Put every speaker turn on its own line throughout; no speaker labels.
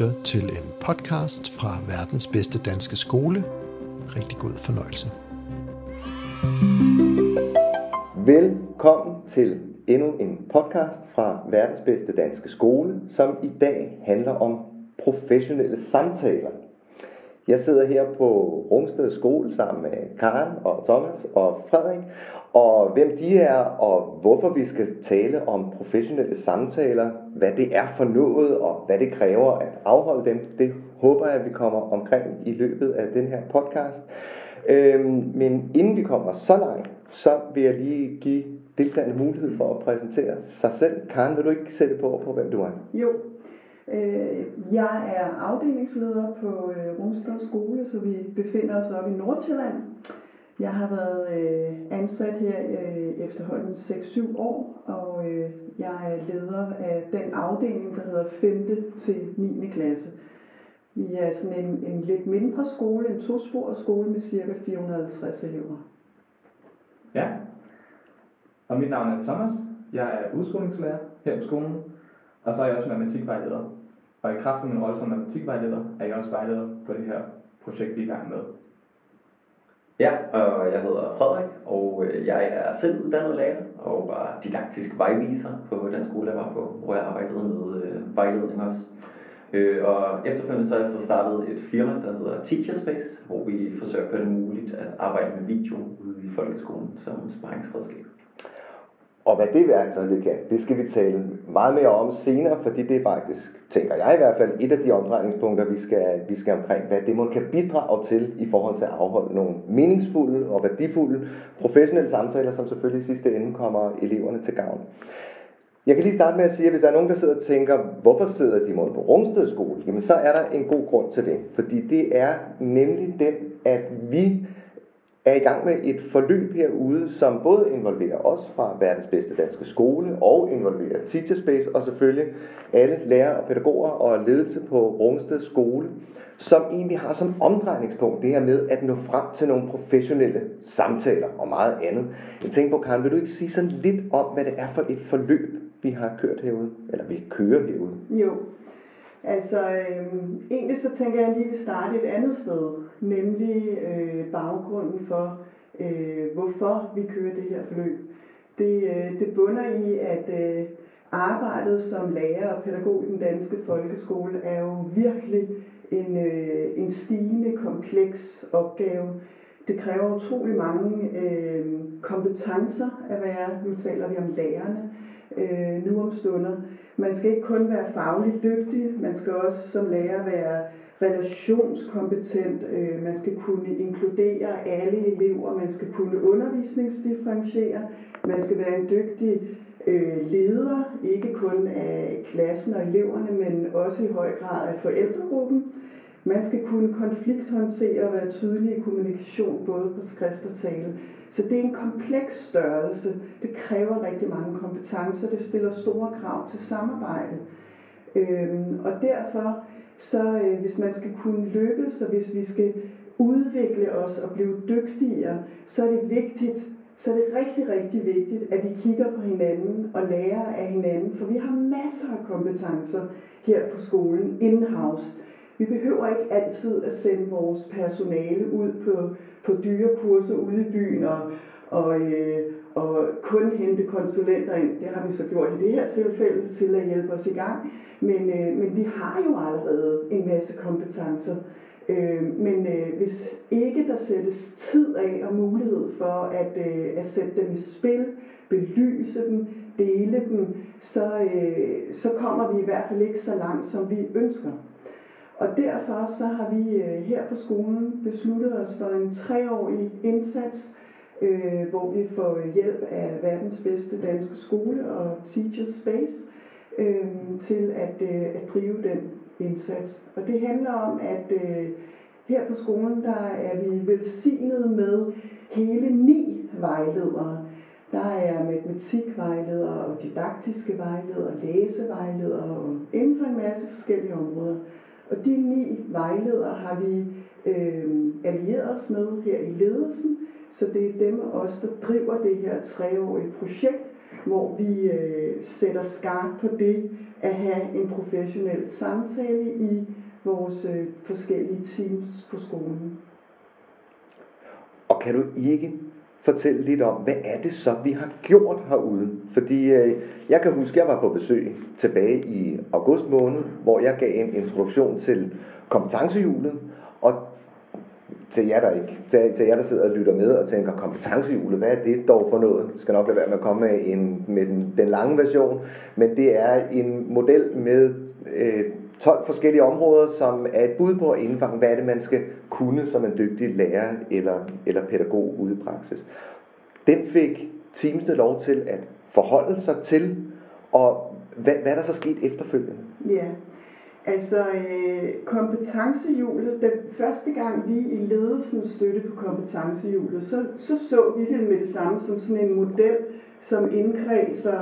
lytter til en podcast fra verdens bedste danske skole. Rigtig god fornøjelse.
Velkommen til endnu en podcast fra verdens bedste danske skole, som i dag handler om professionelle samtaler. Jeg sidder her på Rungsted Skole sammen med Karen og Thomas og Frederik, og hvem de er og hvorfor vi skal tale om professionelle samtaler, hvad det er for noget og hvad det kræver at afholde dem, det håber jeg, at vi kommer omkring i løbet af den her podcast. Men inden vi kommer så langt, så vil jeg lige give deltagerne mulighed for at præsentere sig selv. Karen, vil du ikke sætte på hvem du er?
Jo. Jeg er afdelingsleder på Rungsted Skole, så vi befinder os oppe i Nordsjælland. Jeg har været ansat her efterhånden 6-7 år, og jeg er leder af den afdeling, der hedder 5. til 9. klasse. Vi er sådan en lidt mindre skole, en tosporet skole med ca. 450 elever.
Ja, og mit navn er Thomas. Jeg er udskolingslærer her på skolen, og så er jeg også matematikvejleder. Og i kraft af min rolle som matematikvejleder er jeg også vejleder for det her projekt, vi er i gang med.
Ja, og jeg hedder Frederik, og jeg er selv uddannet lærer og var didaktisk vejviser på den skole, jeg var på, hvor jeg arbejdede med vejledning også. Og efterfølgende så har jeg så startet et firma, der hedder Teacher Space, hvor vi forsøger at gøre det muligt at arbejde med video ude i folkeskolen som sparringsredskab.
Og hvad det værktøj det kan, det skal vi tale meget mere om senere, fordi det er faktisk, tænker jeg i hvert fald, et af de omdrejningspunkter, vi skal omkring, hvad det man kan bidrage til i forhold til at afholde nogle meningsfulde og værdifulde professionelle samtaler, som selvfølgelig i sidste ende kommer eleverne til gavn. Jeg kan lige starte med at sige, at hvis der er nogen, der sidder og tænker, hvorfor sidder de på Rungsted Skole, jamen så er der en god grund til det. Fordi det er nemlig den, at vi er i gang med et forløb herude, som både involverer os fra verdens bedste danske skole og involverer Teacher Space og selvfølgelig alle lærere og pædagoger og ledelse på Rungsted Skole, som egentlig har som omdrejningspunkt det her med at nå frem til nogle professionelle samtaler og meget andet. Jeg tænker på, Karen, vil du ikke sige sådan lidt om, hvad det er for et forløb, vi har kørt herude, eller vi kører herude?
Jo, altså egentlig så tænker jeg lige, at vi starte et andet sted, nemlig baggrunden for, hvorfor vi kører det her forløb. Det bunder i, at arbejdet som lærer og pædagog i den danske folkeskole er jo virkelig en stigende, kompleks opgave. Det kræver utrolig mange kompetencer at være, nu taler vi om lærerne, nu om stunder. Man skal ikke kun være fagligt dygtig, man skal også som lærer være relationskompetent, man skal kunne inkludere alle elever, man skal kunne undervisningsdifferentiere, man skal være en dygtig leder, ikke kun af klassen og eleverne, men også i høj grad af forældregruppen. Man skal kunne konflikthåndtere og være tydelig i kommunikation, både på skrift og tale. Så det er en kompleks størrelse. Det kræver rigtig mange kompetencer. Det stiller store krav til samarbejde. Og derfor, så hvis man skal kunne lykkes, og hvis vi skal udvikle os og blive dygtigere, så er det vigtigt, så er det rigtig, rigtig vigtigt, at vi kigger på hinanden og lærer af hinanden. For vi har masser af kompetencer her på skolen, in-house. Vi behøver ikke altid at sende vores personale ud på dyre kurser ude i byen og kun hente konsulenter ind. Det har vi så gjort i det her tilfælde til at hjælpe os i gang. Men vi har jo allerede en masse kompetencer. Men hvis ikke der sættes tid af og mulighed for at sætte dem i spil, belyse dem, dele dem, så kommer vi i hvert fald ikke så langt, som vi ønsker. Og derfor så har vi her på skolen besluttet os for en 3-årig indsats, hvor vi får hjælp af verdens bedste danske skole og Teacher Space til at drive den indsats. Og det handler om, at her på skolen der er vi velsignet med hele 9 vejledere. Der er matematikvejledere og didaktiske vejledere, læsevejledere og inden for en masse forskellige områder. Og de 9 vejledere har vi allieret os med her i ledelsen, så det er dem og os, der driver det her 3-årige projekt. hvor vi sætter skarpt på det at have en professionel samtale i vores forskellige teams på skolen.
Og kan du ikke fortælle lidt om, hvad er det så, vi har gjort herude? Fordi jeg kan huske, at jeg var på besøg tilbage i august måned, hvor jeg gav en introduktion til kompetencehjulet, og til jer, der sidder og lytter med og tænker, kompetencehjulet, hvad er det dog for noget? Jeg skal nok lade være med at komme med den lange version, men det er en model med 12 forskellige områder, som er et bud på at indfange, hvad er det, man skal kunne som en dygtig lærer eller pædagog ude i praksis. Den fik teamsene lov til at forholde sig til, og hvad er der så sket efterfølgende?
Ja, altså kompetencehjulet, den første gang vi i ledelsen støtte på kompetencehjulet, så vi det med det samme som sådan en model, som indkredser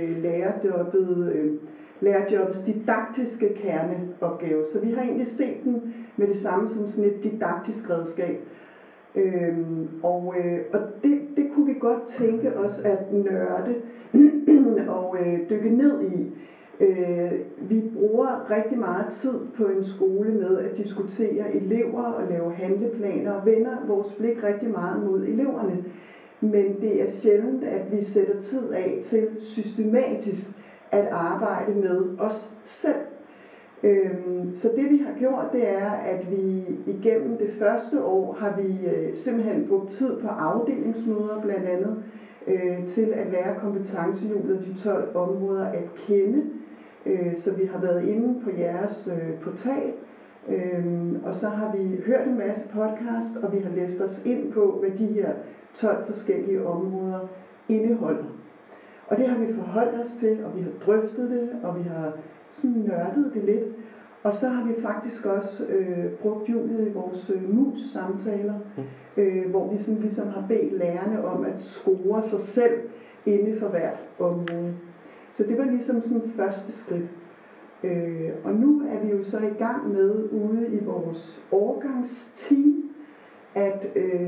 lærerjobbets didaktiske kerneopgave. Så vi har egentlig set den med det samme som sådan et didaktisk redskab. Og det kunne vi godt tænke os at nørde og dykke ned i. Vi bruger rigtig meget tid på en skole med at diskutere elever og lave handleplaner og vender vores blik rigtig meget mod eleverne. Men det er sjældent, at vi sætter tid af til systematisk at arbejde med os selv. Så det vi har gjort, det er, at vi igennem det første år har vi simpelthen brugt tid på afdelingsmøder blandt andet til at lære kompetencehjulet, de 12 områder at kende. Så vi har været inde på jeres portal, og så har vi hørt en masse podcast, og vi har læst os ind på, hvad de her 12 forskellige områder indeholder. Og det har vi forholdt os til, og vi har drøftet det, og vi har sådan nørdet det lidt. Og så har vi faktisk også brugt hjulet i vores mus-samtaler, hvor vi sådan ligesom har bedt lærerne om at score sig selv inde for hvert område. Så det var ligesom sådan første skridt. Og nu er vi jo så i gang med ude i vores årgangsteam at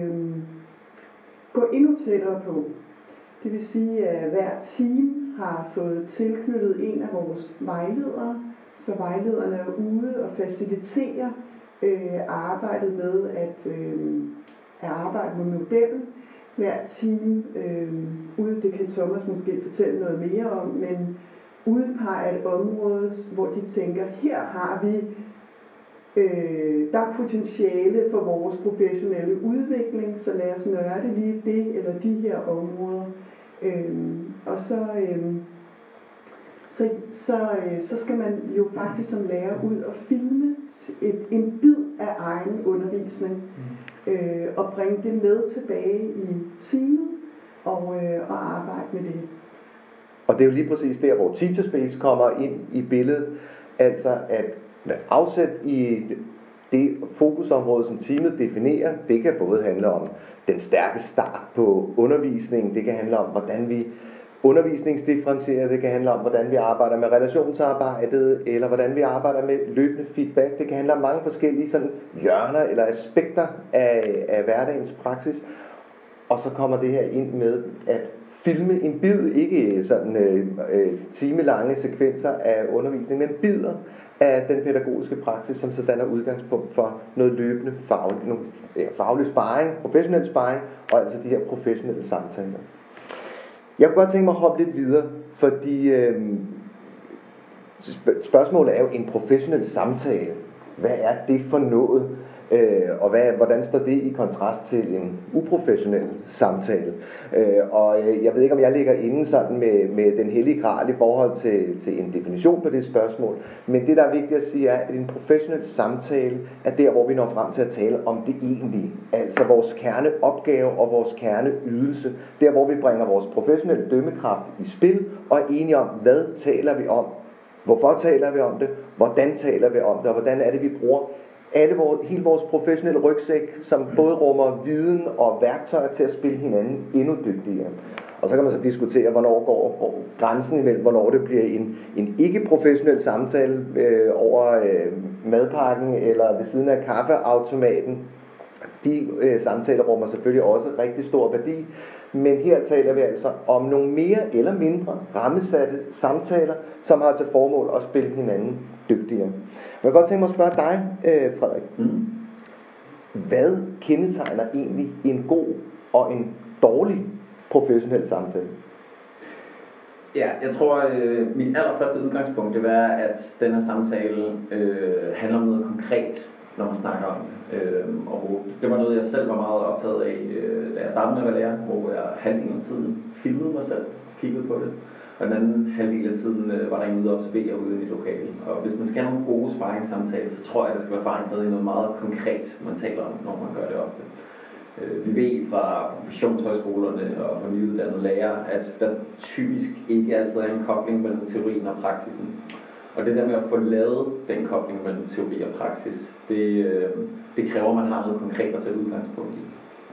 gå endnu tættere på. Det vil sige, at hver team har fået tilknyttet en af vores vejledere, så vejlederne er ude og faciliterer arbejdet med at arbejde med modellen. Hver team ude, det kan Thomas måske fortælle noget mere om, men udpeger et område, hvor de tænker, her har vi der er potentiale for vores professionelle udvikling, så lad os nørde lige det eller de her områder. Og så skal man jo faktisk som lærer ud og filme en bid af egen undervisning og bringe det med tilbage i teamet og arbejde med det.
Og det er jo lige præcis der, hvor Teacherspace kommer ind i billedet, altså at med afsæt i det fokusområde, som teamet definerer. Det kan både handle om den stærke start på undervisningen, det kan handle om, hvordan vi undervisningsdifferentierer, det kan handle om, hvordan vi arbejder med relationsarbejdet, eller hvordan vi arbejder med løbende feedback. Det kan handle om mange forskellige sådan hjørner eller aspekter af hverdagens praksis. Og så kommer det her ind med at filme en bid, ikke sådan timelange sekvenser af undervisning, men bidder af den pædagogiske praksis, som sådan er udgangspunkt for noget løbende faglig sparring, professionel sparring, og altså de her professionelle samtaler. Jeg kunne godt tænke mig at hoppe lidt videre, fordi spørgsmålet er jo en professionel samtale. Hvad er det for noget? Og hvordan står det i kontrast til en uprofessionel samtale? Og jeg ved ikke, om jeg ligger inde sådan med den hellige gral i forhold til en definition på det spørgsmål, men det, der er vigtigt at sige, er, at en professionel samtale er der, hvor vi når frem til at tale om det egentlige, altså vores kerneopgave og vores kerneydelse, der hvor vi bringer vores professionelle dømmekraft i spil og er enige om, hvad taler vi om, hvorfor taler vi om det, hvordan taler vi om det, og hvordan er det, vi bruger hele vores professionelle rygsæk, som både rummer viden og værktøjer til at spille hinanden endnu dygtigere. Og så kan man så diskutere, hvornår går grænsen imellem, hvornår det bliver en ikke-professionel samtale over madpakken eller ved siden af kaffeautomaten. De samtaler rummer selvfølgelig også rigtig stor værdi, men her taler vi altså om nogle mere eller mindre rammesatte samtaler, som har til formål at spille hinanden dygtigere. Jeg kan godt tænke mig at spørge dig, Frederik. Hvad kendetegner egentlig en god og en dårlig professionel samtale?
Ja, jeg tror, mit allerførste udgangspunkt det var, at den her samtale handler om noget konkret, når man snakker om det. Og det var noget, jeg selv var meget optaget af, da jeg startede med at være lærer, hvor jeg halvdelen af tiden filmede mig selv, kiggede på det. Og den anden halvdel af tiden var der en ude at observere ude i lokalet. Og hvis man skal have nogle gode sparringssamtaler, så tror jeg, at det skal være forankret i noget meget konkret, man taler om, når man gør det ofte. Vi ved fra professionshøjskolerne og fra nyuddannede lærere, at der typisk ikke altid er en kobling mellem teorien og praksisen. Og det der med at få lavet den kobling mellem teori og praksis, det kræver, at man har noget konkret at tage udgangspunkt i.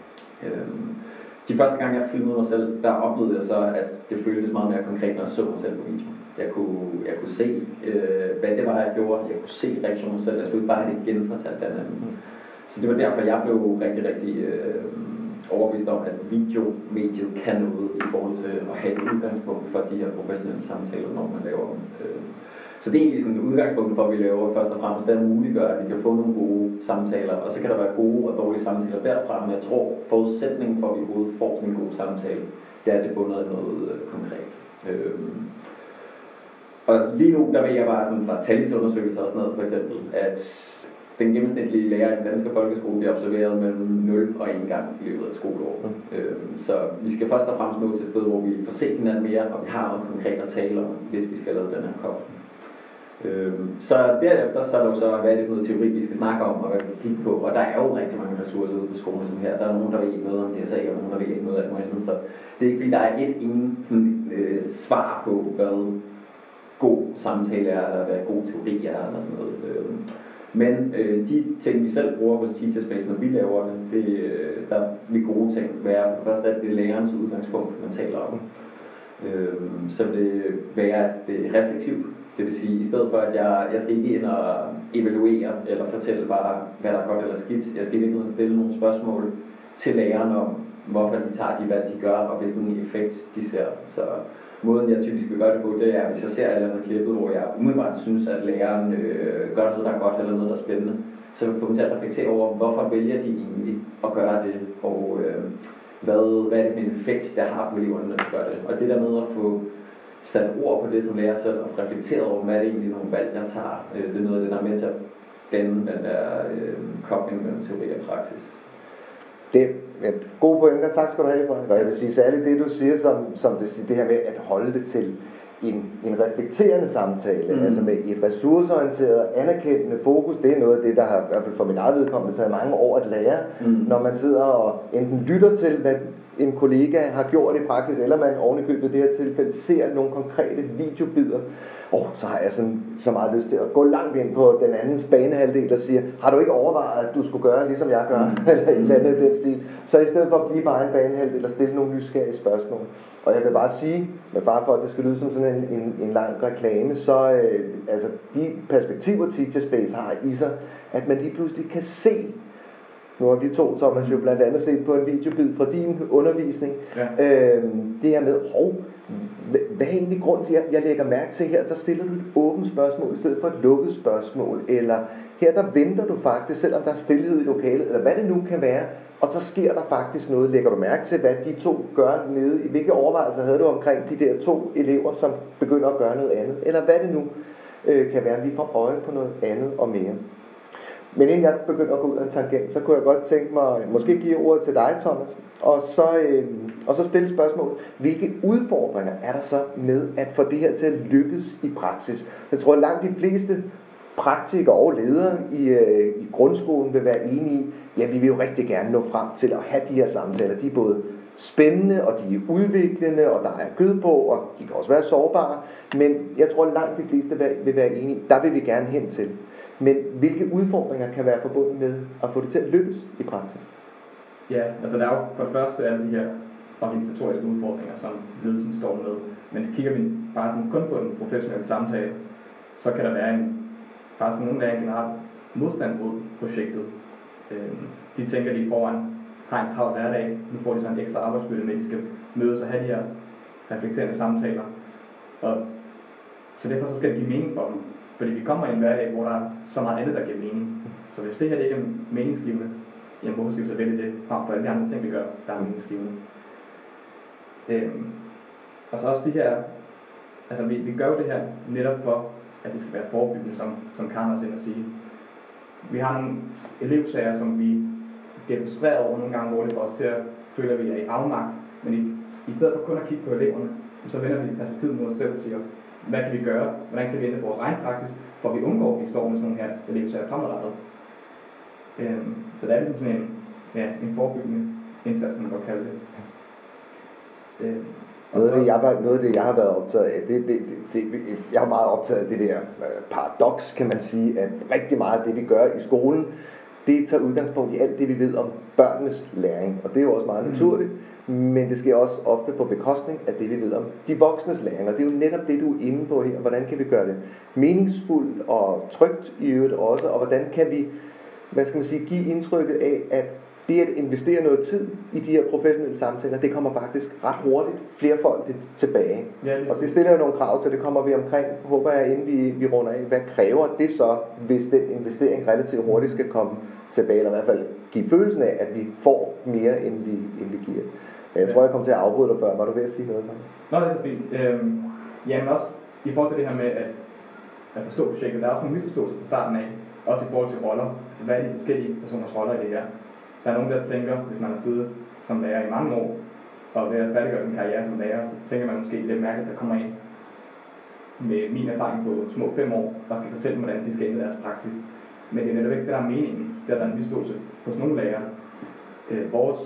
De første gange, jeg filmede mig selv, der oplevede jeg så, at det føltes meget mere konkret, når jeg så mig selv på video. Jeg kunne se, hvad det var, jeg gjorde. Jeg kunne se reaktionen selv. Jeg skulle ikke bare have det genfortalt af anden. Så det var derfor, jeg blev rigtig overbevist om, at videomediet kan noget i forhold til at have et udgangspunkt for de her professionelle samtaler, når man laver dem. Så det er egentlig sådan et udgangspunkt for, at vi laver først og fremmest, det er muliggør, at vi kan få nogle gode samtaler, og så kan der være gode og dårlige samtaler derfra, men jeg tror, forudsætningen for, at vi overhovedet får sådan en god samtale, det er, at det bunder af noget konkret. Og lige nu, der ved jeg bare sådan fra tallisundersøgelser og sådan noget, for eksempel, at den gennemsnitlige lærer i den danske folkeskole bliver observeret mellem 0 og 1 gang i løbet af et skoleår. Så vi skal først og fremmest nå til et sted, hvor vi får set hinanden mere, og vi har noget konkret at tale om, hvis vi skal lave den her kobling. Så derefter så er der jo så, hvad er det for noget teori, vi skal snakke om, og hvad vi kan kigge på. Og der er jo rigtig mange ressourcer ude på skolen som her. Der er nogen, der ved noget om DSA, og nogen, der ved noget af noget andet. Så det er ikke fordi, der er svar på, hvad god samtale er, eller hvad god teori er, eller sådan noget. Men de ting, vi selv bruger hos Teacherspace, når vi laver det, der vil gode ting være for det første, at det er lærerens udgangspunkt, man taler om. Så vil det være, at det er refleksivt. Det vil sige, i stedet for, at jeg skal ikke ind og evaluere eller fortælle bare, hvad der er godt eller skidt. Jeg skal i virkeligheden stille nogle spørgsmål til læreren om, hvorfor de tager de valg, de gør, og hvilken effekt de ser. Så måden, jeg typisk vil gøre det på, det er, hvis jeg ser et eller andet klippet, hvor jeg umiddelbart synes, at læreren gør noget, der er godt, eller noget, der er spændende, så vil jeg få dem til at reflektere over, hvorfor vælger de egentlig at gøre det, og hvad er det for en effekt, der har på eleverne, når de gør det. Og det der med at få sat ord på det som lærer selv, og reflekteret over, hvad er det egentlig nogle valg, jeg tager, det er noget af det, der er med til at danne den der kobling mellem teori og praksis.
Det er gode pointer. Tak skal du have, Frederik. Og jeg vil sige særligt det, du siger, som det her med at holde det til en reflekterende samtale, altså med et ressourceorienteret, anerkendende fokus. Det er noget af det, der har i hvert fald for min eget vedkommende taget mange år at lære, når man sidder og enten lytter til, hvad en kollega har gjort i praksis, eller man ovenikøbet i det her tilfælde ser nogle konkrete videobider. Så har jeg så meget lyst til at gå langt ind på den andens banehalvdel og sige, har du ikke overvejet, at du skulle gøre, ligesom jeg gør, eller et eller andet i den stil. Så i stedet for at blive bare en banehalvdel og stille nogle nysgerrige spørgsmål. Og jeg vil bare sige, med far for, at det skal lyde som sådan en lang reklame, så altså de perspektiver Teacherspace har i sig, at man lige pludselig kan se. Nu har vi to, Thomas, jo blandt andet set på en videobid fra din undervisning. Ja. Det her med, hvad er egentlig grunden til, at jeg lægger mærke til her, der stiller du et åbent spørgsmål i stedet for et lukket spørgsmål, eller her der venter du faktisk, selvom der er stillhed i lokalet, eller hvad det nu kan være, og så sker der faktisk noget. Lægger du mærke til, hvad de to gør nede? Hvilke overvejelser havde du omkring de der 2 elever, som begynder at gøre noget andet? Eller hvad det nu kan være, vi får øje på noget andet og mere. Men inden jeg begynder at gå ud af en tangent, så kunne jeg godt tænke mig, måske give ordet til dig, Thomas, og så stille spørgsmål. Hvilke udfordringer er der så med at få det her til at lykkes i praksis? Jeg tror, at langt de fleste praktikere og ledere i grundskolen vil være enige i, ja, vi vil jo rigtig gerne nå frem til at have de her samtaler. De er både spændende, og de er udviklende, og der er kød på, og de kan også være sårbare. Men jeg tror, at langt de fleste vil være enige, der vil vi gerne hen til. Men hvilke udfordringer kan være forbundet med at få det til at lykkes i praksis?
Ja, altså der er jo for det første alle de her organisatoriske udfordringer, som ledelsen står med. Men kigger vi bare sådan kun på den professionelle samtale, så kan der være faktisk nogen, der er en generel modstand mod projektet. de tænker, at de foran har en travl hverdag. Nu får de sådan en ekstra arbejdsbyrde med, at de skal mødes og have de her reflekterende samtaler. Og så derfor så skal det give mening for dem. Fordi vi kommer i en hverdag, hvor der er så meget andet, der giver mening. Så hvis det her ikke er meningsgivende, jamen hvorfor skal vi så vælge det frem for alle de andre ting, vi gør, der er meningsgivende. Og så også de her, altså vi gør jo det her netop for, at det skal være forebyggende, som Karen også ender at sige. Vi har nogle elevsager, som vi bliver frustreret over nogle gange, hvor det får os til at føle, at vi er i afmagt. Men i stedet for kun at kigge på eleverne, så vender vi perspektivet mod os selv og siger, hvad kan vi gøre? Hvordan kan vi ændre vores egen praksis, for vi undgår, at vi står med sådan nogle her elevsager fremadrettet. Så det er ligesom sådan en forebyggende indsats, man kan godt kalde det.
Noget af det, jeg har været optaget af, jeg har meget optaget af det der paradoks, kan man sige, at rigtig meget af det, vi gør i skolen, det tager udgangspunkt i alt det, vi ved om børnenes læring. Og det er jo også meget naturligt, men det sker også ofte på bekostning af det, vi ved om de voksnes læring. Og det er jo netop det, du er inde på her. Hvordan kan vi gøre det meningsfuldt og trygt i øvrigt også, og hvordan kan vi, give indtrykket af, at det at investere noget tid i de her professionelle samtaler, det kommer faktisk ret hurtigt flerfoldigt tilbage. Ja, og det stiller jo nogle krav til, det kommer vi omkring, håber jeg, inden vi runder af. Hvad kræver det så, hvis den investering relativt hurtigt skal komme tilbage, eller i hvert fald give følelsen af, at vi får mere, end vi giver. Jeg tror, jeg kom til at afbryde dig før. Var du ved at sige noget, Thomas?
Nå, det er så fint. Jamen også i forhold til det her med at forstå projektet, der er også nogle misforståelser fra starten af, også i forhold til roller. Altså, hvad er de forskellige personers roller i det her? Der er nogen, der tænker, hvis man har siddet som lærer i mange år, og ved at færdiggøre sin karriere som lærer, så tænker man måske lidt mærkeligt, at der kommer ind med min erfaring på små 5 år, og skal fortælle dem, hvordan de skal ændre deres praksis. Men det er netop ikke det, der er meningen. Det er der en misforståelse hos nogle lærere. Vores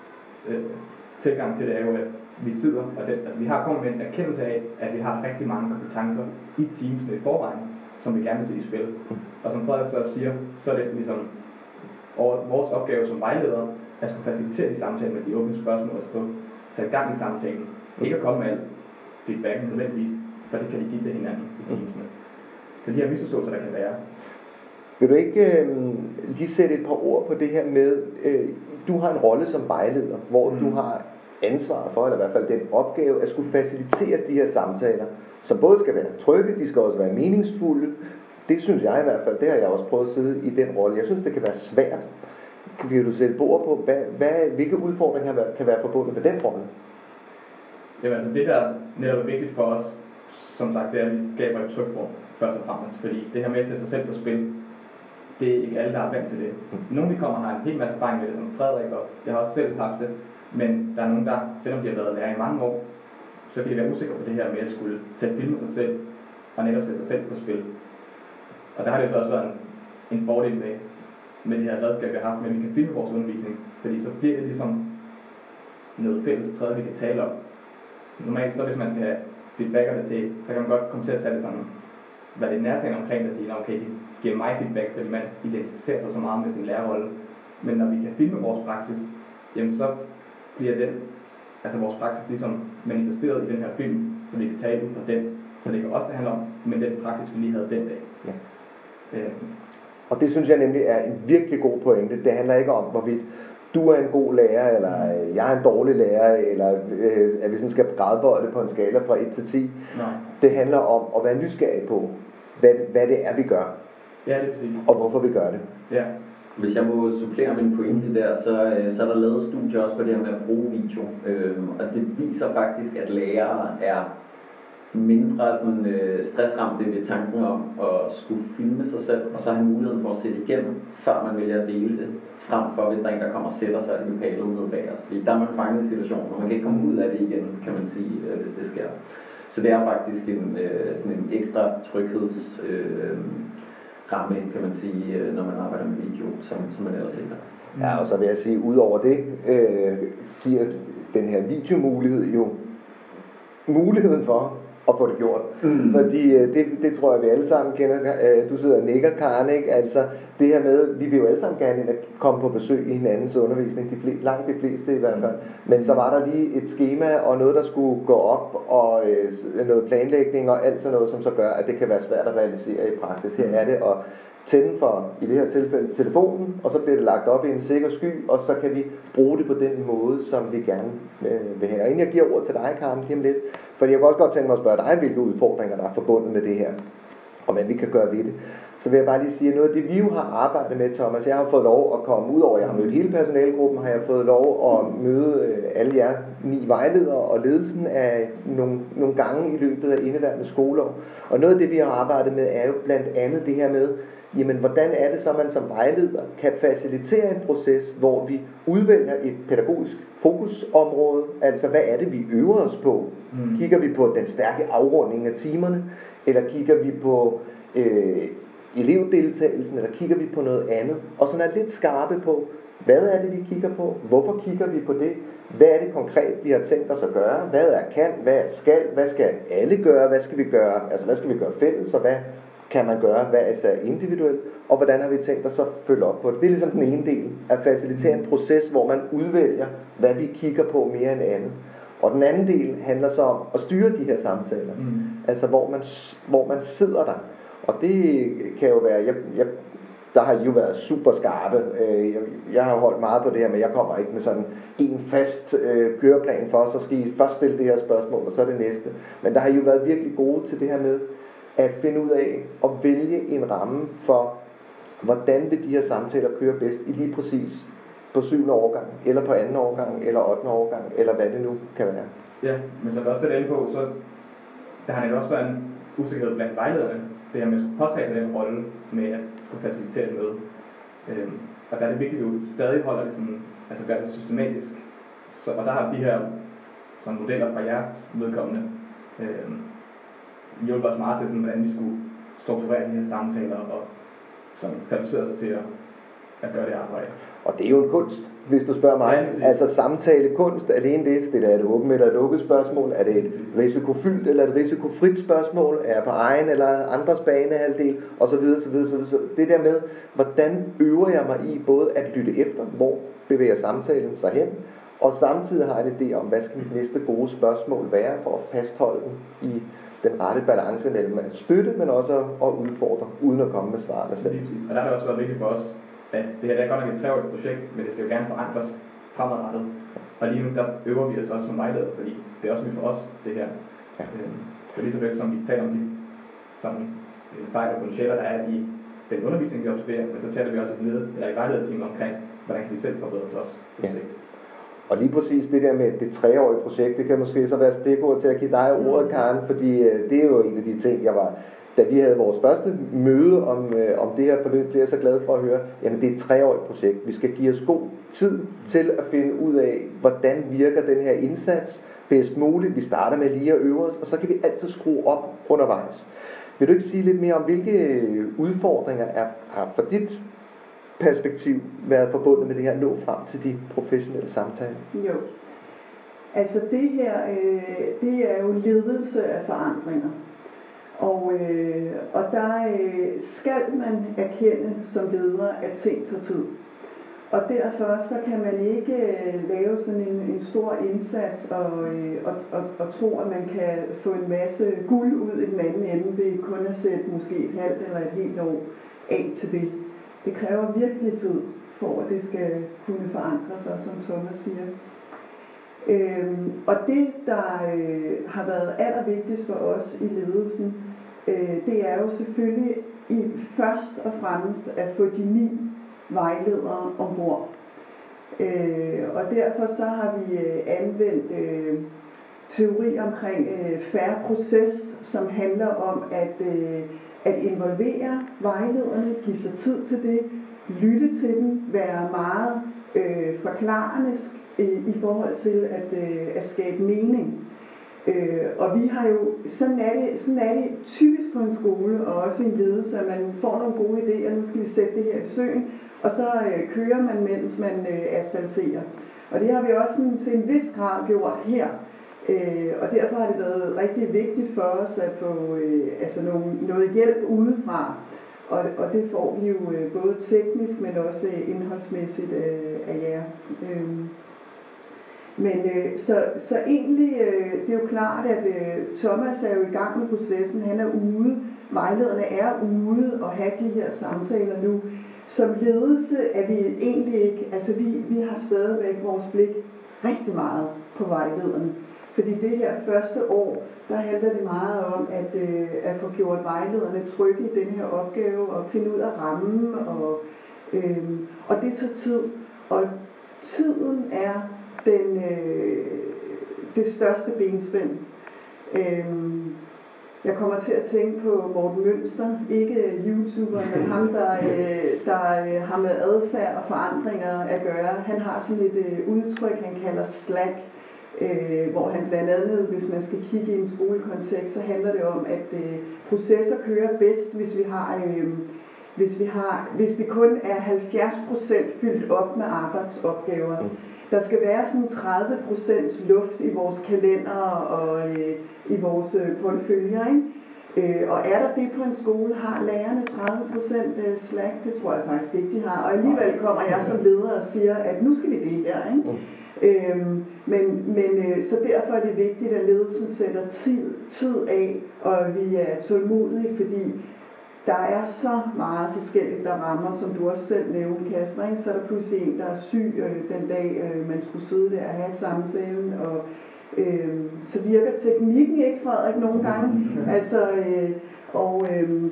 tilgang til det er jo, at vi sidder, og vi har kommet med en erkendelse af, at vi har rigtig mange kompetencer i teamsene i forvejen, som vi gerne vil se i spil. Og som Frederik så siger, så er det ligesom vores opgave som vejledere at skulle facilitere de samtaler med de åbne spørgsmål og få sat gang i samtalen. Ikke at komme med alt feedback nødvendigvis, for det kan de give til hinanden i teamsene. Så de her misforståelser, der kan være.
Vil du ikke lige sætte et par ord på det her med, du har en rolle som vejleder, hvor du har ansvar for, eller i hvert fald den opgave, at skulle facilitere de her samtaler, som både skal være trygge, de skal også være meningsfulde. Det synes jeg i hvert fald, det har jeg også prøvet at sidde i den rolle. Jeg synes, det kan være svært. Kan du sætte ord på, hvilke udfordringer kan være forbundet med den rolle?
Jamen altså det, der netop er vigtigt for os, som sagt, det er, at vi skaber et trygrum først og fremmest. Fordi det her med at sætte sig selv på spil, det er ikke alle, der er vant til det. Nogle, de kommer har en hel masse erfaring med det, som Frederik, og jeg har også selv haft det. Men der er nogen, der, selvom de har været lærer i mange år, så kan de være usikre på det her med at skulle tage filme sig selv, og netop sætte sig selv på spil. Og der har det så også været en fordel med det her redskab, vi har haft med, at vi kan filme vores undervisning. Fordi så bliver det ligesom noget fælles træde, vi kan tale om. Normalt, så hvis man skal have feedbackerne til, så kan man godt komme til at tage det sådan, hvad det er nærtagende omkring det, og sige, okay, de giver mig feedback, fordi man identificerer sig så meget med sin lærerrolle. Men når vi kan filme vores praksis, jamen så bliver vores praksis ligesom manifesteret i den her film, så vi kan tale ud fra den. Så det ikke også det handler om, men den praksis, vi lige havde den dag. Ja.
Og det synes jeg nemlig er en virkelig god pointe. Det handler ikke om, hvorvidt du er en god lærer, eller jeg er en dårlig lærer, eller at vi sådan skal gradbøje det på en skala fra 1 til 10. Nej. Det handler om at være nysgerrig på, hvad det er, vi gør.
Ja, det er præcis.
Og hvorfor vi gør det.
Ja.
Hvis jeg må supplere min pointe der, så er der lavet studier også på det her med at bruge video. Og det viser faktisk, at lærere er mindre sådan, stressramte ved tanken om at skulle filme sig selv, og så have muligheden for at sætte igennem, før man vælger at dele det, frem for hvis der er en, der kommer og sætter sig i lokalet nede bag os. Fordi der er man fanget i situationen, og man kan ikke komme ud af det igen, kan man sige, hvis det sker. Så det er faktisk sådan en ekstra trygheds ramme, kan man sige, når man arbejder med video, som man ellers ikke har.
Ja, og så vil jeg sige, ud over det, giver den her videomulighed jo muligheden for at få det gjort. Fordi det tror jeg, vi alle sammen kender. Du sidder og nikker, Karen, ikke? Altså, det her med, vi vil jo alle sammen gerne komme på besøg i hinandens undervisning, langt de fleste i hvert fald. Men så var der lige et skema og noget, der skulle gå op, og noget planlægning og alt sådan noget, som så gør, at det kan være svært at realisere i praksis. Her er det at tænde for, i det her tilfælde, telefonen, og så bliver det lagt op i en sikker sky, og så kan vi bruge det på den måde, som vi gerne vil have. Og inden jeg giver ordet til dig, Karen, lige om lidt, fordi jeg kunne også godt tænke mig at spørge dig, hvilke udfordringer der er forbundet med det her, og hvad vi kan gøre ved det. Så vil jeg bare lige sige, noget af det, vi jo har arbejdet med, Thomas, jeg har fået lov at komme ud over, jeg har mødt hele personalegruppen, har jeg fået lov at møde alle jer 9 vejledere og ledelsen af nogle gange i løbet af indeværende skoleår. Og noget af det, vi har arbejdet med, er jo blandt andet det her med, jamen, hvordan er det så, man som vejleder kan facilitere en proces, hvor vi udvælger et pædagogisk fokusområde, altså hvad er det, vi øver os på? Kigger vi på den stærke afrunding af timerne, eller kigger vi på elevdeltagelsen, eller kigger vi på noget andet? Og sådan er lidt skarpe på, hvad er det, vi kigger på? Hvorfor kigger vi på det? Hvad er det konkret, vi har tænkt os at gøre? Hvad er kan? Hvad er skal? Hvad skal alle gøre? Hvad skal vi gøre? Altså, hvad skal vi gøre fælles? Og hvad kan man gøre? Hvad er individuelt? Og hvordan har vi tænkt os at følge op på det? Det er ligesom den ene del, at facilitere en proces, hvor man udvælger, hvad vi kigger på mere end andet. Og den anden del handler så om at styre de her samtaler. Altså, hvor man sidder der. Og det kan jo være, der har I jo været super skarpe. Jeg har holdt meget på det her, men jeg kommer ikke med sådan en fast køreplan for, så skal I først stille det her spørgsmål, og så det næste. Men der har I jo været virkelig gode til det her med at finde ud af at vælge en ramme for, hvordan vil de her samtaler køre bedst i lige præcis på 7. årgang, eller på 2. årgang, eller 8. årgang, eller hvad det nu kan være.
Ja, men som du også sætter ind på, så der har jo også været en usikkerhed blandt vejlederne, det her med at skulle påtage sig den rolle med at skulle facilitere et møde. Og der er det vigtigt, at vi stadig holder det sådan, altså gør det systematisk. Så, og der har de her sådan modeller fra jeres vedkommende hjulpet os meget til, sådan, hvordan vi skulle strukturere de her samtaler og sådan kvalificere os til at gøre det arbejde.
Og det er jo en kunst, hvis du spørger mig. Ja, altså samtalekunst, alene det, stiller et åbent eller et lukket spørgsmål, er det et risikofyldt eller et risikofrit spørgsmål, er jeg på egen eller andres banehalvdel, og så videre, så videre, så videre. Det der med, hvordan øver jeg mig i både at lytte efter, hvor bevæger samtalen sig hen, og samtidig har jeg en idé om, hvad skal mit næste gode spørgsmål være, for at fastholde den i den rette balance mellem at støtte, men også at udfordre, uden at komme med svarene selv.
Og der har det også været vigtigt for os, at det her det er godt nok et 3-årigt projekt, men det skal jo gerne forandres fremadrettet. Og lige nu der øver vi os også som vejleder, fordi det er også nyt for os, det her. Ja. Så lige så vel som vi taler om de fejl og potentialer, der er i den undervisning, vi observerer, men så taler vi også i vejlederteamet omkring, hvordan kan vi selv forbedre os også. Ja.
Og lige præcis det der med det 3-årige projekt, det kan måske så være stikord til at give dig ordet, Karen, fordi det er jo en af de ting, da vi havde vores første møde om det her forløb, blev jeg så glad for at høre, jamen det er et 3-årigt projekt. Vi skal give os god tid til at finde ud af, hvordan virker den her indsats bedst muligt. Vi starter med lige at øve os, og så kan vi altid skrue op undervejs. Vil du ikke sige lidt mere om, hvilke udfordringer har for dit perspektiv været forbundet med det her, nå frem til de professionelle samtaler?
Jo, altså det her, det er jo ledelse af forandringer. Og der skal man erkende som leder, at ting tager tid. Og derfor så kan man ikke lave sådan en stor indsats og tro, at man kan få en masse guld ud i den anden ende ved kun at sætte måske et halvt eller et helt år af til det. Det kræver virkelig tid, for at det skal kunne forandre sig, som Thomas siger. Og det, der har været allervigtigst for os i ledelsen, det er jo selvfølgelig først og fremmest at få de 9 vejledere ombord. Og derfor så har vi anvendt teori omkring fair proces, som handler om at involvere vejlederne, give sig tid til det, lytte til dem, være meget forklarende i forhold til at skabe mening. Og vi har jo, sådan er det typisk på en skole, og også i en ledelse, at man får nogle gode idéer, nu skal vi sætte det her i søen, og så kører man, mens man asfalterer. Og det har vi også sådan, til en vis grad gjort her. Og derfor har det været rigtig vigtigt for os at få noget hjælp udefra. Og det får vi jo både teknisk, men også indholdsmæssigt af jer. Men så egentlig, det er jo klart, at Thomas er jo i gang med processen. Han er ude, vejlederne er ude og have de her samtaler nu. Som ledelse er vi egentlig ikke, altså vi har stadigvæk vores blik rigtig meget på vejlederne. Fordi det her første år, der handler det meget om at få gjort vejlederne trygge i den her opgave og finde ud af rammen. Og det tager tid. Og tiden er det største benspænd. Jeg kommer til at tænke på Morten Mønster, ikke YouTuberen, men ham, der har med adfærd og forandringer at gøre. Han har sådan et udtryk, han kalder slack, hvor han blandt andet, hvis man skal kigge i en skolekontekst, så handler det om, at processer kører bedst, hvis vi kun er 70% fyldt op med arbejdsopgaver. Der skal være sådan 30% luft i vores kalender og i vores porteføljer, ikke? Og er der det på en skole, har lærerne 30% slack? Det tror jeg faktisk ikke, de har. Og alligevel kommer jeg som leder og siger, at nu skal vi det her, ikke? Men så derfor er det vigtigt, at ledelsen sætter tid af, og vi er tålmodige, fordi der er så meget forskelligt, der rammer, som du også selv nævnte, Kasper. Ikke? Så er der pludselig en, der er syg den dag, man skulle sidde der og have samtalen. Og så virker teknikken ikke, Frederik, nogle gange. Altså, og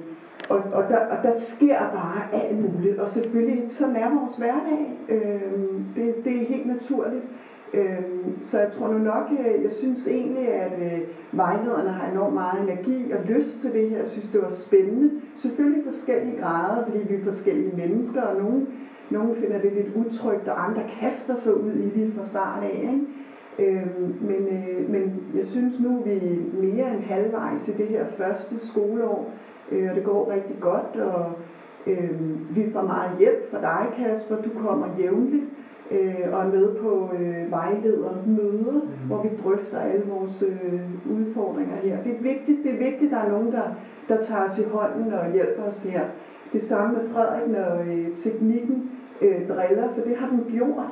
der sker bare alt muligt. Og selvfølgelig, sådan er vores hverdag. Det er helt naturligt. Så jeg tror nu nok, jeg synes egentlig, at vejlederne har enormt meget energi og lyst til det her. Jeg synes, det var spændende. Selvfølgelig forskellige grader, fordi vi er forskellige mennesker, og nogle finder det lidt utrygt, og andre kaster sig ud i det fra start af. Ikke? Men jeg synes nu, vi er mere end halvvejs i det her første skoleår, og det går rigtig godt, og vi får meget hjælp fra dig, Kasper. Du kommer jævnligt og er med på vejledermøder, hvor vi drøfter alle vores udfordringer her. Det er vigtigt, at der er nogen, der tager os i hånden og hjælper os her. Det samme med Frederik, når teknikken driller, for det har den gjort,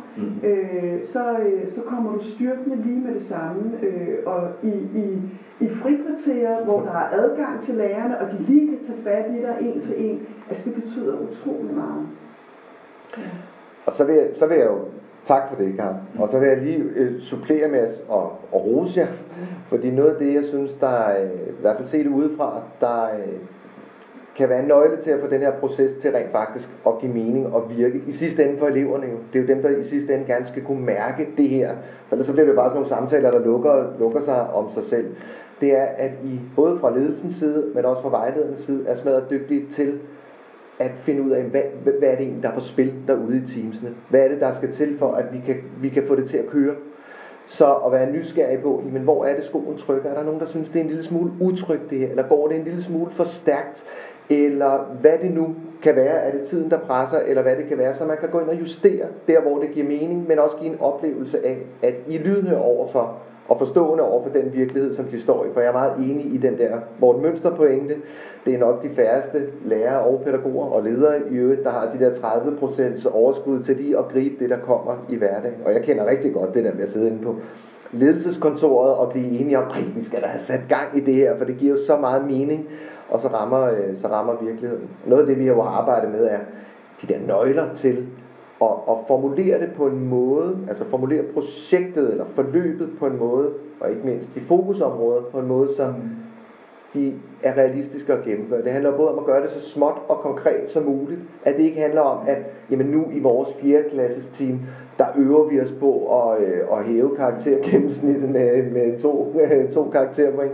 så kommer du styrkende lige med det samme. Og i frikvarterer, hvor der er adgang til lærerne, og de lige kan tage fat i dig en til en, altså det betyder utrolig meget. Ja.
Og så vil jeg jo, tak for det, Karen, og så vil jeg lige supplere med og rose jer, fordi noget af det, jeg synes, der i hvert fald set udefra, der kan være en nøgle til at få den her proces til rent faktisk at give mening og virke i sidste ende for eleverne. Jo. Det er jo dem, der i sidste ende gerne skal kunne mærke det her, for ellers så bliver det jo bare sådan nogle samtaler, der lukker sig om sig selv. Det er, at I både fra ledelsens side, men også fra vejledernes side, er smadret dygtige til at finde ud af, hvad er det egentlig, der er på spil derude i teamsene. Hvad er det, der skal til for, at vi kan få det til at køre? Så at være nysgerrig på, men hvor er det skoen trykker? Er der nogen, der synes, det er en lille smule utrygt det her? Eller går det en lille smule for stærkt? Eller hvad det nu kan være? Er det tiden, der presser? Eller hvad det kan være? Så man kan gå ind og justere der, hvor det giver mening, men også give en oplevelse af, at I lydhør overfor og forstående over for den virkelighed, som de står i. For jeg er meget enig i den der Morten Mønster pointe. Det er nok de færreste lærere og pædagoger og ledere i øvrigt, der har de der 30% overskud til lige at gribe det, der kommer i hverdagen. Og jeg kender rigtig godt det der med at sidde inde på ledelseskontoret og blive enige om, vi skal da have sat gang i det her, for det giver jo så meget mening, og så rammer virkeligheden. Noget af det, vi har arbejdet med, er de der nøgler til og formulere det på en måde, altså formulere projektet eller forløbet på en måde, og ikke mindst de fokusområder på en måde, som de er realistiske at gennemføre. Det handler både om at gøre det så småt og konkret som muligt, at det ikke handler om, at jamen nu i vores 4. klasses team, der øver vi os på at hæve karaktergennemsnittet med 2 karakterpoint,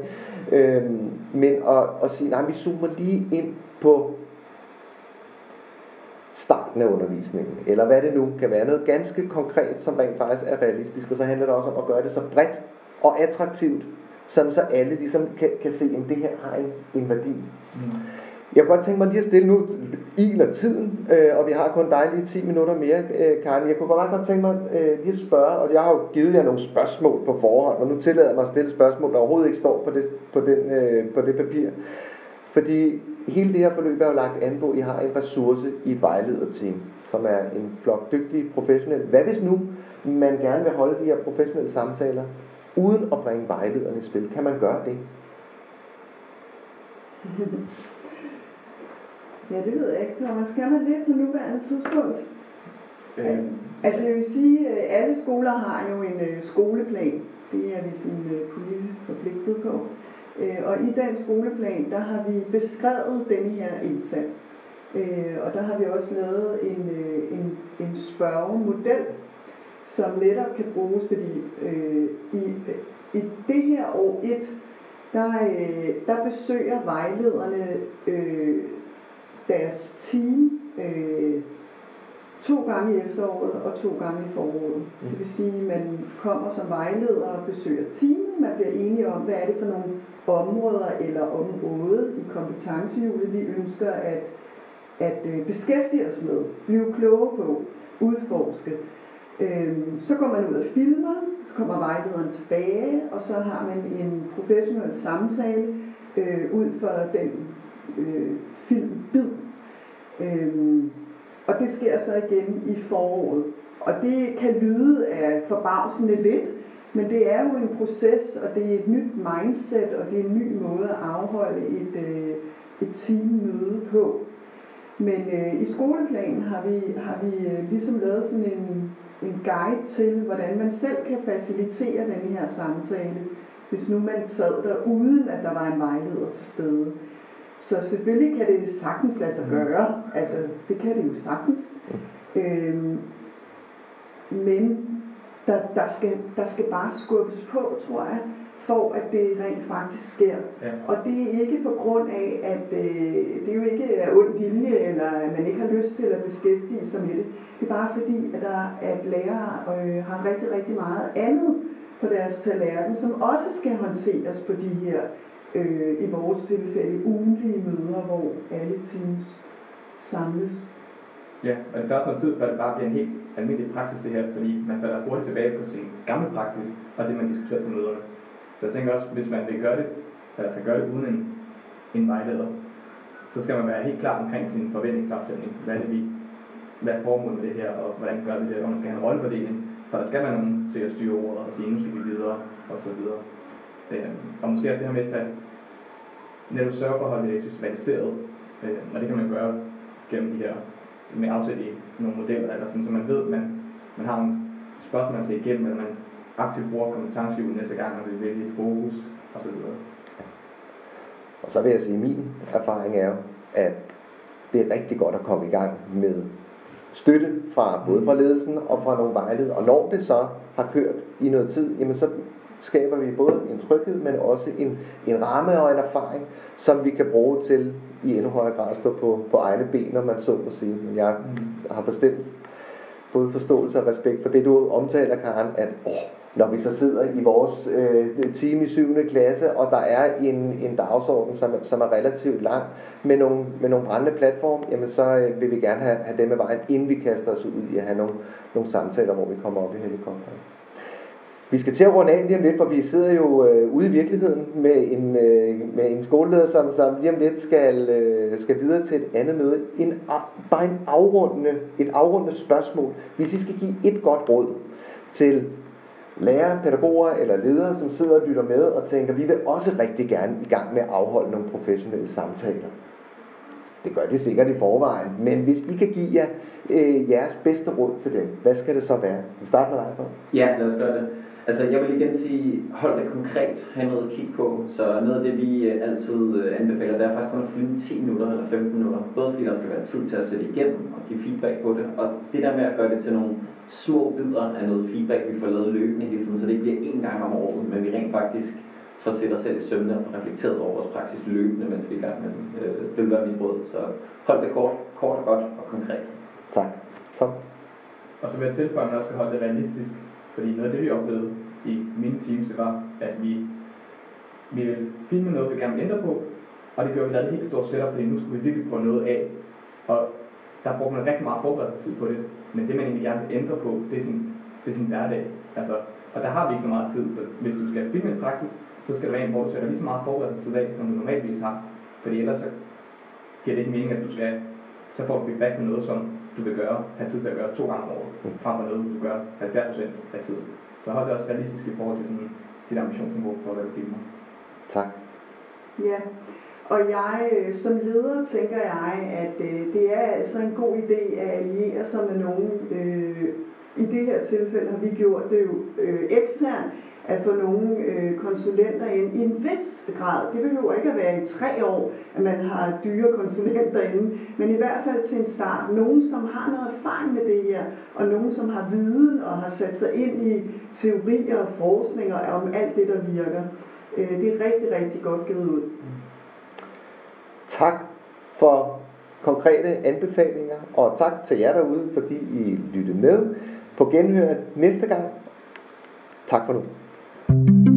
men at sige, nej, vi zoomer lige ind på starten af undervisningen, eller hvad det nu kan være, noget ganske konkret, som rent faktisk er realistisk, og så handler det også om at gøre det så bredt og attraktivt, sådan så alle ligesom kan se, at det her har en værdi. Jeg kunne godt tænke mig lige at stille nu iler tiden, og vi har kun dig lige 10 minutter mere, Karen. Jeg kunne bare godt tænke mig lige at spørge, og jeg har jo givet jer nogle spørgsmål på forhånd, og nu tillader jeg mig at stille spørgsmål, der overhovedet ikke står på det papir. Fordi hele det her forløb er jo lagt an på, at I har en ressource i et vejlederteam. som er en flok dygtige professionelle. Hvad hvis nu man gerne vil holde de her professionelle samtaler, uden at bringe vejlederne i spil? Kan man gøre det?
Ja, det ved jeg ikke, Thomas. Skal man det på nuværende tidspunkt? Altså jeg vil sige, at alle skoler har jo en skoleplan. Det er vi sådan politisk forpligtet på. Og i den skoleplan, der har vi beskrevet denne her indsats. Og der har vi også lavet en spørgemodel, som netop kan bruges, fordi i det her år 1, der besøger vejlederne deres team 2 gange i efteråret og 2 gange i foråret. Det vil sige, at man kommer som vejleder og besøger teamet. Man bliver enige om, hvad er det for nogle områder eller område i kompetencehjulet, vi ønsker at beskæftige os med, blive kloge på, udforske. Så går man ud og filmer, så kommer vejlederen tilbage, og så har man en professionel samtale ud for den filmbid. Og det sker så igen i foråret. Og det kan lyde af forbavsende lidt, men det er jo en proces, og det er et nyt mindset, og det er en ny måde at afholde et teammøde på. Men i skoleplanen har vi ligesom lavet sådan en guide til, hvordan man selv kan facilitere denne her samtale, hvis nu man sad der uden at der var en vejleder til stede. Så selvfølgelig kan det sagtens lade sig gøre, altså det kan det jo sagtens, men der skal bare skubbes på, tror jeg, for at det rent faktisk sker. Ja. Og det er ikke på grund af, at det er jo ikke af ond vilje, eller at man ikke har lyst til at beskæftige sig med det. Det er bare fordi, at lærere har rigtig, rigtig meget andet på deres tallerken, som også skal håndteres på de her, i vores tilfælde, ugentlige møder, hvor alle teams samles.
Ja, og det tager også noget tid, før det bare bliver en helt almindelig praksis det her, fordi man falder hurtigt tilbage på sin gamle praksis, og det man diskuterer på møderne. Så jeg tænker også, hvis man vil gøre det, eller skal gøre det uden en vejleder, så skal man være helt klar omkring sin forventningsafstemning. Hvad er formålet med det her, og hvordan gør vi det, og man skal have en rollefordeling, for der skal være nogen til at styre ordet og sige, nu skal vi videre, og så videre. Og måske også det her med at tage netop sørge for at holde det systematiseret, og det kan man gøre gennem de her, med afsæt i nogle modeller, eller sådan, så man ved, at man har nogle spørgsmål, man skal igennem, eller man aktivt bruger kompetencehjulet næste gang, når det vælger fokus, og så videre.
Og så vil jeg sige, at min erfaring er jo, at det er rigtig godt at komme i gang med støtte både fra ledelsen og fra nogle vejledere. Og når det så har kørt i noget tid, jamen så skaber vi både en tryghed, men også en ramme og en erfaring, som vi kan bruge til i endnu højere grad at stå på egne ben, når man så må sige. Men jeg har bestemt både forståelse og respekt for det, du omtaler, Karen, at når vi så sidder i vores team i 7. klasse, og der er en dagsorden, som er relativt lang, med nogle brændende platforme, jamen så vil vi gerne have dem med vejen, inden vi kaster os ud i at have nogle samtaler, hvor vi kommer op i helikopteren. Vi skal til at runde af lige om lidt, for vi sidder jo ude i virkeligheden med en skoleleder, som lige om lidt skal videre til et andet møde. Bare et afrundende spørgsmål. Hvis I skal give et godt råd til lærere, pædagoger eller ledere, som sidder og lytter med og tænker, vi vil også rigtig gerne i gang med at afholde nogle professionelle samtaler. Det gør de sikkert i forvejen, men hvis I kan give jeres bedste råd til dem, hvad skal det så være? Vi starter med dig, for.
Ja, lad os gøre det. Altså, jeg vil igen sige, hold det konkret, have noget at kigge på. Så noget af det, vi altid anbefaler, det er faktisk kun at filme 10 minutter eller 15 minutter. Både fordi der skal være tid til at sætte igennem og give feedback på det. Og det der med at gøre det til nogle små bidder af noget feedback, vi får lavet løbende hele tiden, så det ikke bliver én gang om året, men vi rent faktisk får sætte os selv i sømne og får reflekteret over vores praksis løbende, mens vi er i gang med det. Det vil være mit råd. Så hold det kort og godt og konkret.
Tak. Tom?
Og så vil jeg tilføje, at man også skal holde det realistisk. Fordi noget af det, vi oplevede i mine teams, det var, at vi ville filme noget, vi gerne ville ændre på, og det gjorde, vi lavede et helt stort setup, fordi nu skulle vi virkelig prøve noget af. Og der brugte man rigtig meget forberedelsestid på det, men det, man egentlig gerne vil ændre på, det er sin hverdag. Altså, og der har vi ikke så meget tid, så hvis du skal filme en praksis, så skal der være en, hvor du sætter lige så meget forberedelsestid af, som du normalvis har. Fordi ellers så giver det ikke mening, at du skal så får du feedback på noget, som du vil have tid til at gøre 2 gange om året, frem for noget, du gør 70% af tiden. Så hold det også realistisk i forhold til sådan, dit ambitionsniveau for, hvad du filmer.
Tak.
Ja, og jeg som leder tænker jeg, at det er altså en god idé at alliere sig med nogen. I det her tilfælde har vi gjort det jo eksternt, at få nogle konsulenter ind i en vis grad. Det behøver ikke at være i 3 år, at man har dyre konsulenter inde, men i hvert fald til en start. Nogen, som har noget erfaring med det her, og nogen, som har viden og har sat sig ind i teorier og forskninger om alt det, der virker. Det er rigtig, rigtig godt givet ud.
Tak for konkrete anbefalinger, og tak til jer derude, fordi I lyttede med. På genhør næste gang. Tak for nu.